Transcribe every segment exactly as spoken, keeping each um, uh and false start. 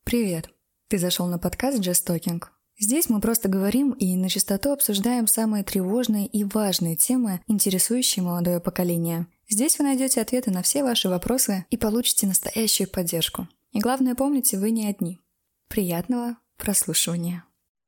Привет! Ты зашел на подкаст Just Talking. Здесь мы просто говорим и на чистоту обсуждаем самые тревожные и важные темы, интересующие молодое поколение. Здесь вы найдете ответы на все ваши вопросы и получите настоящую поддержку. И главное, помните, вы не одни. Приятного прослушивания!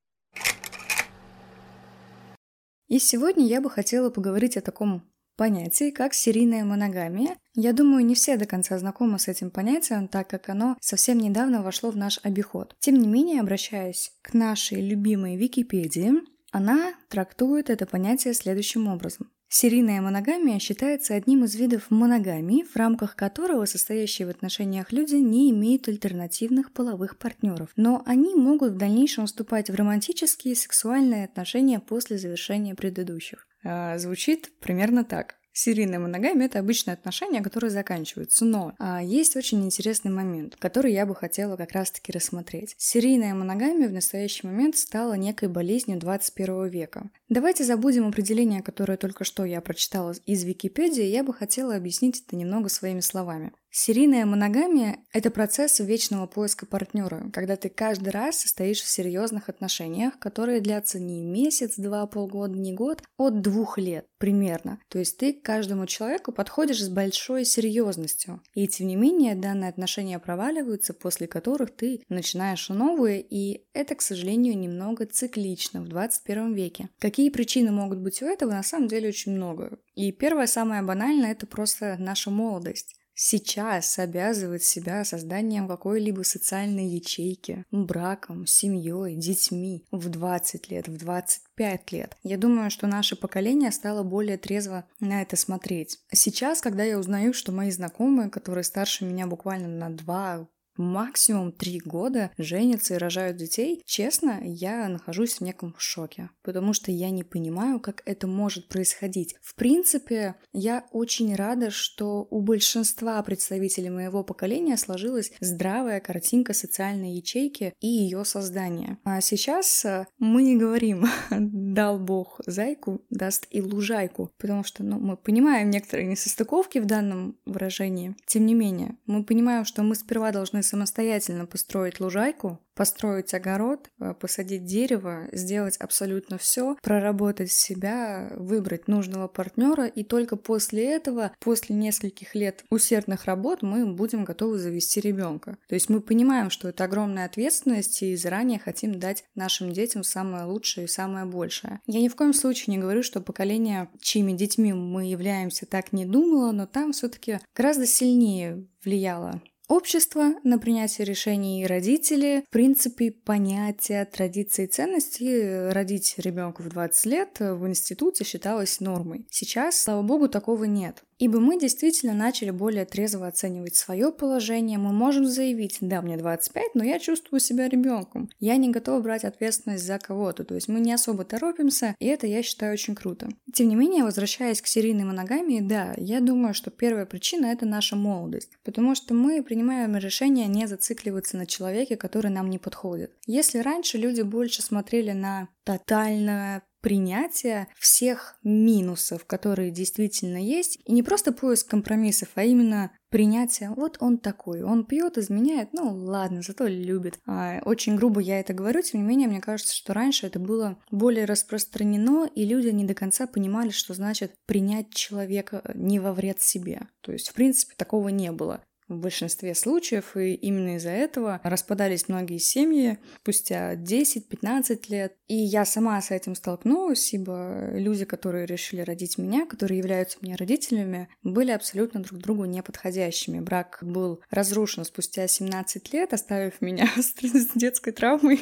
И сегодня я бы хотела поговорить о таком понятие, как серийная моногамия. Я думаю, не все до конца знакомы с этим понятием, так как оно совсем недавно вошло в наш обиход. Тем не менее, обращаясь к нашей любимой Википедии, она трактует это понятие следующим образом. Серийная моногамия считается одним из видов моногамии, в рамках которого состоящие в отношениях люди не имеют альтернативных половых партнеров, но они могут в дальнейшем вступать в романтические и сексуальные отношения после завершения предыдущих. А, звучит примерно так. Серийная моногамия – это обычные отношения, которые заканчиваются. Но а, есть очень интересный момент, который я бы хотела как раз-таки рассмотреть. Серийная моногамия в настоящий момент стала некой болезнью двадцать первого века. Давайте забудем определение, которое только что я прочитала из Википедии, я бы хотела объяснить это немного своими словами. Серийная моногамия – это процесс вечного поиска партнера, когда ты каждый раз состоишь в серьезных отношениях, которые длятся не месяц, два, полгода, не год, от двух лет примерно. То есть ты к каждому человеку подходишь с большой серьезностью. И тем не менее данные отношения проваливаются, после которых ты начинаешь новые, и это, к сожалению, немного циклично в двадцать первом веке. Какие причины могут быть у этого? На самом деле очень много. И первое, самое банальное – это просто наша молодость. Сейчас обязывать себя созданием какой-либо социальной ячейки, браком, семьей, детьми в двадцать лет, в двадцать пять лет. Я думаю, что наше поколение стало более трезво на это смотреть. Сейчас, когда я узнаю, что мои знакомые, которые старше меня буквально на два максимум три года женятся и рожают детей, честно, я нахожусь в неком шоке, потому что я не понимаю, как это может происходить. В принципе, я очень рада, что у большинства представителей моего поколения сложилась здравая картинка социальной ячейки и ее создания. А сейчас мы не говорим «дал Бог зайку, даст и лужайку», потому что ну, мы понимаем некоторые несостыковки в данном выражении. Тем не менее, мы понимаем, что мы сперва должны самостоятельно построить лужайку, построить огород, посадить дерево, сделать абсолютно все, проработать себя, выбрать нужного партнера, и только после этого, после нескольких лет усердных работ, мы будем готовы завести ребенка. То есть мы понимаем, что это огромная ответственность, и заранее хотим дать нашим детям самое лучшее и самое большее. Я ни в коем случае не говорю, что поколение, чьими детьми мы являемся, так не думало, но там все-таки гораздо сильнее влияло общество на принятие решений, и родители, в принципе, понятия, традиции и ценности. Родить ребенка в двадцать лет в институте считалось нормой. Сейчас, слава богу, такого нет. Ибо мы действительно начали более трезво оценивать свое положение. Мы можем заявить: да, мне двадцать пять, но я чувствую себя ребенком. Я не готова брать ответственность за кого-то. То есть мы не особо торопимся, и это, я считаю, очень круто. Тем не менее, возвращаясь к серийной моногамии, да, я думаю, что первая причина – это наша молодость. Потому что мы принимаем решение не зацикливаться на человеке, который нам не подходит. Если раньше люди больше смотрели на тотальное принятие всех минусов, которые действительно есть, и не просто поиск компромиссов, а именно принятие: вот он такой, он пьет, изменяет, ну ладно, зато любит. А, очень грубо я это говорю, тем не менее, мне кажется, что раньше это было более распространено, и люди не до конца понимали, что значит принять человека не во вред себе. То есть, в принципе, такого не было в большинстве случаев, и именно из-за этого распадались многие семьи спустя десять-пятнадцать лет. И я сама с этим столкнулась, ибо люди, которые решили родить меня, которые являются мне родителями, были абсолютно друг другу неподходящими. Брак был разрушен спустя семнадцать лет, оставив меня с детской травмой.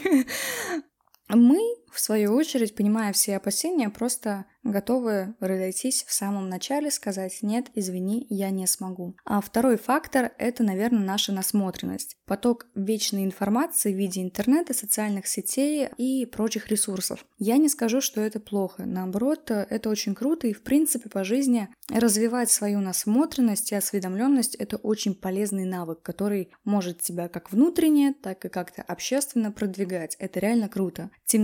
Мы, в свою очередь, понимая все опасения, просто готовы разойтись в самом начале, сказать: нет, извини, я не смогу. А второй фактор – это, наверное, наша насмотренность. Поток вечной информации в виде интернета, социальных сетей и прочих ресурсов. Я не скажу, что это плохо. Наоборот, это очень круто, и, в принципе, по жизни развивать свою насмотренность и осведомленность – это очень полезный навык, который может тебя как внутренне, так и как-то общественно продвигать. Это реально круто. Тем не менее,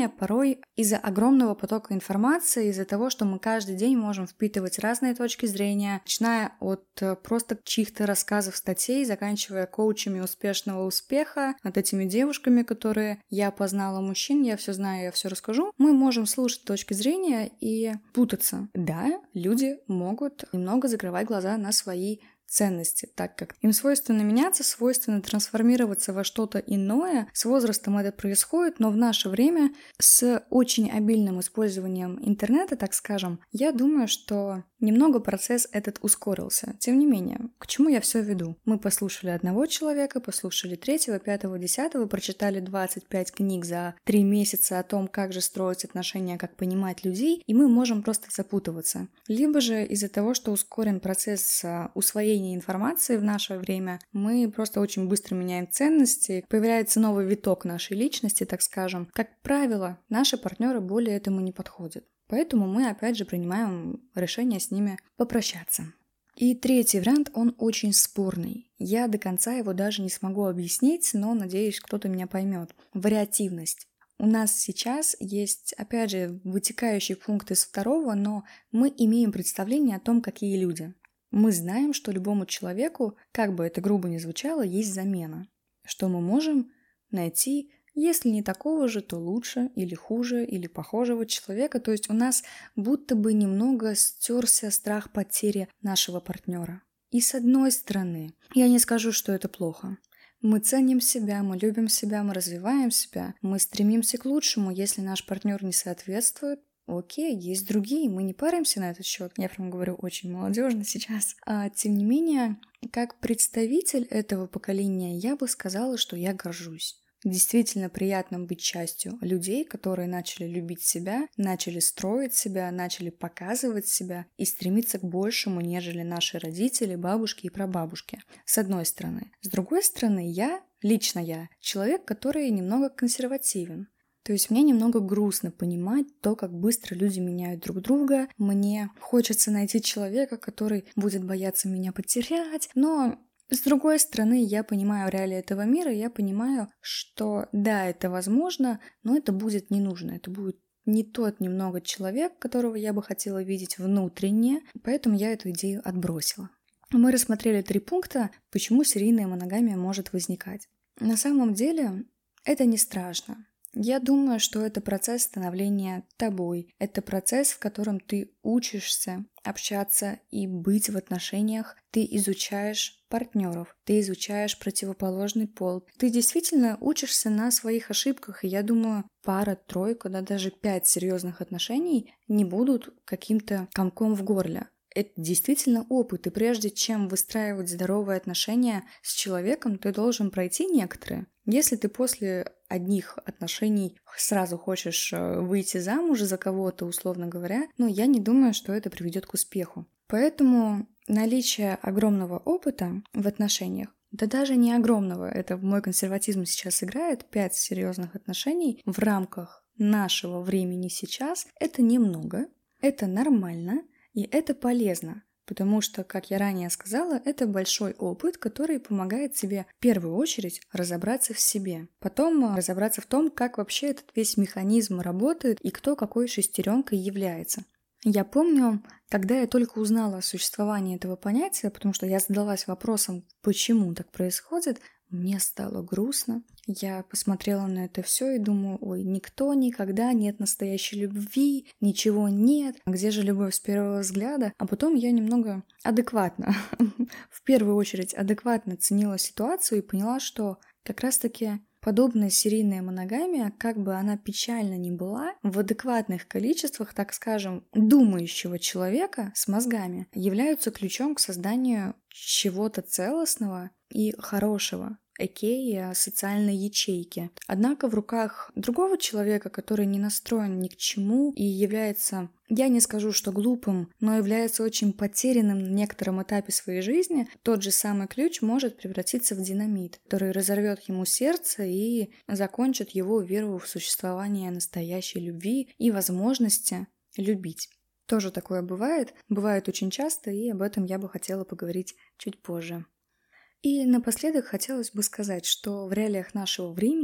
зрения порой из-за огромного потока информации, из-за того, что мы каждый день можем впитывать разные точки зрения, начиная от просто чьих-то рассказов, статей, заканчивая коучами успешного успеха, над этими девушками, которые я познала мужчин, я все знаю, я все расскажу, мы можем слушать точки зрения и путаться. Да, люди могут немного закрывать глаза на свои ценности, так как им свойственно меняться, свойственно трансформироваться во что-то иное. С возрастом это происходит, но в наше время с очень обильным использованием интернета, так скажем, я думаю, что немного процесс этот ускорился. Тем не менее, к чему я все веду? Мы послушали одного человека, послушали третьего, пятого, десятого, прочитали двадцать пять книг за три месяца о том, как же строить отношения, как понимать людей, и мы можем просто запутываться. Либо же из-за того, что ускорен процесс усвоения информации в наше время, мы просто очень быстро меняем ценности, появляется новый виток нашей личности, так скажем. Как правило, наши партнеры более этому не подходят. Поэтому мы опять же принимаем решение с ними попрощаться. И третий вариант, он очень спорный. Я до конца его даже не смогу объяснить, но надеюсь, кто-то меня поймет. Вариативность. У нас сейчас есть, опять же, вытекающий пункт из второго, но мы имеем представление о том, какие люди. Мы знаем, что любому человеку, как бы это грубо ни звучало, есть замена. Что мы можем найти, если не такого же, то лучше или хуже, или похожего человека. То есть у нас будто бы немного стерся страх потери нашего партнера. И с одной стороны, я не скажу, что это плохо. Мы ценим себя, мы любим себя, мы развиваем себя, мы стремимся к лучшему. Если наш партнер не соответствует, окей, есть другие, мы не паримся на этот счет. Я прям говорю очень молодежно сейчас. А, тем не менее, как представитель этого поколения, я бы сказала, что я горжусь. Действительно приятно быть частью людей, которые начали любить себя, начали строить себя, начали показывать себя и стремиться к большему, нежели наши родители, бабушки и прабабушки. С одной стороны. С другой стороны, я, лично я, человек, который немного консервативен. То есть мне немного грустно понимать то, как быстро люди меняют друг друга. Мне хочется найти человека, который будет бояться меня потерять. Но с другой стороны, я понимаю реалии этого мира, я понимаю, что да, это возможно, но это будет не нужно. Это будет не тот немного человек, которого я бы хотела видеть внутренне. Поэтому я эту идею отбросила. Мы рассмотрели три пункта, почему серийная моногамия может возникать. На самом деле это не страшно. Я думаю, что это процесс становления тобой. Это процесс, в котором ты учишься общаться и быть в отношениях. Ты изучаешь партнеров, ты изучаешь противоположный пол. Ты действительно учишься на своих ошибках. И я думаю, пара, тройка, да даже пять серьезных отношений не будут каким-то комком в горле. Это действительно опыт, и прежде чем выстраивать здоровые отношения с человеком, ты должен пройти некоторые. Если ты после одних отношений сразу хочешь выйти замуж за кого-то, условно говоря, ну, я не думаю, что это приведет к успеху. Поэтому наличие огромного опыта в отношениях, да даже не огромного, это мой консерватизм сейчас играет, пять серьезных отношений в рамках нашего времени сейчас, это немного, это нормально, и это полезно, потому что, как я ранее сказала, это большой опыт, который помогает тебе в первую очередь разобраться в себе. Потом разобраться в том, как вообще этот весь механизм работает и кто какой шестеренкой является. Я помню, когда я только узнала о существовании этого понятия, потому что я задалась вопросом, почему так происходит, мне стало грустно. Я посмотрела на это все и думаю, ой, никто никогда, нет настоящей любви, ничего нет. Где же любовь с первого взгляда? А потом я немного адекватно, в первую очередь адекватно ценила ситуацию и поняла, что как раз-таки подобная серийная моногамия, как бы она печально ни была, в адекватных количествах, так скажем, думающего человека с мозгами, являются ключом к созданию чего-то целостного и хорошего, окей, социальной ячейки. Однако в руках другого человека, который не настроен ни к чему и является, я не скажу, что глупым, но является очень потерянным на некотором этапе своей жизни, тот же самый ключ может превратиться в динамит, который разорвет ему сердце и закончит его веру в существование настоящей любви и возможности любить. Тоже такое бывает, бывает очень часто, и об этом я бы хотела поговорить чуть позже. И напоследок хотелось бы сказать, что в реалиях нашего времени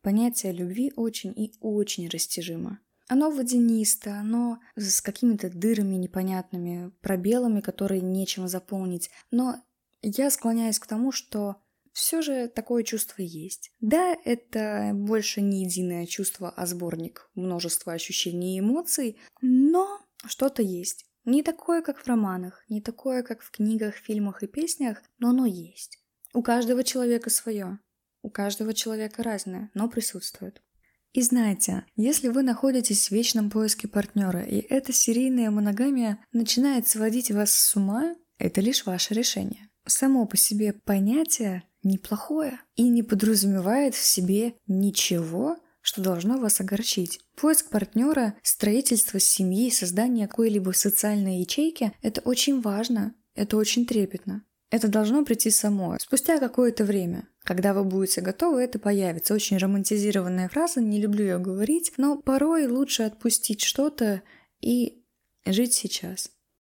понятие любви очень и очень растяжимо. Оно водянисто, оно с какими-то дырами непонятными, пробелами, которые нечем заполнить. Но я склоняюсь к тому, что все же такое чувство есть. Да, это больше не единое чувство, а сборник множества ощущений и эмоций, но что-то есть. Не такое, как в романах, не такое, как в книгах, фильмах и песнях, но оно есть. У каждого человека свое, у каждого человека разное, но присутствует. И знаете, если вы находитесь в вечном поиске партнера, и эта серийная моногамия начинает сводить вас с ума, это лишь ваше решение. Само по себе понятие неплохое и не подразумевает в себе ничего, что должно вас огорчить. Поиск партнера, строительство семьи, создание какой-либо социальной ячейки – это очень важно, это очень трепетно. Это должно прийти само, спустя какое-то время. Когда вы будете готовы, это появится. Очень романтизированная фраза, не люблю ее говорить, но порой лучше отпустить что-то и жить сейчас.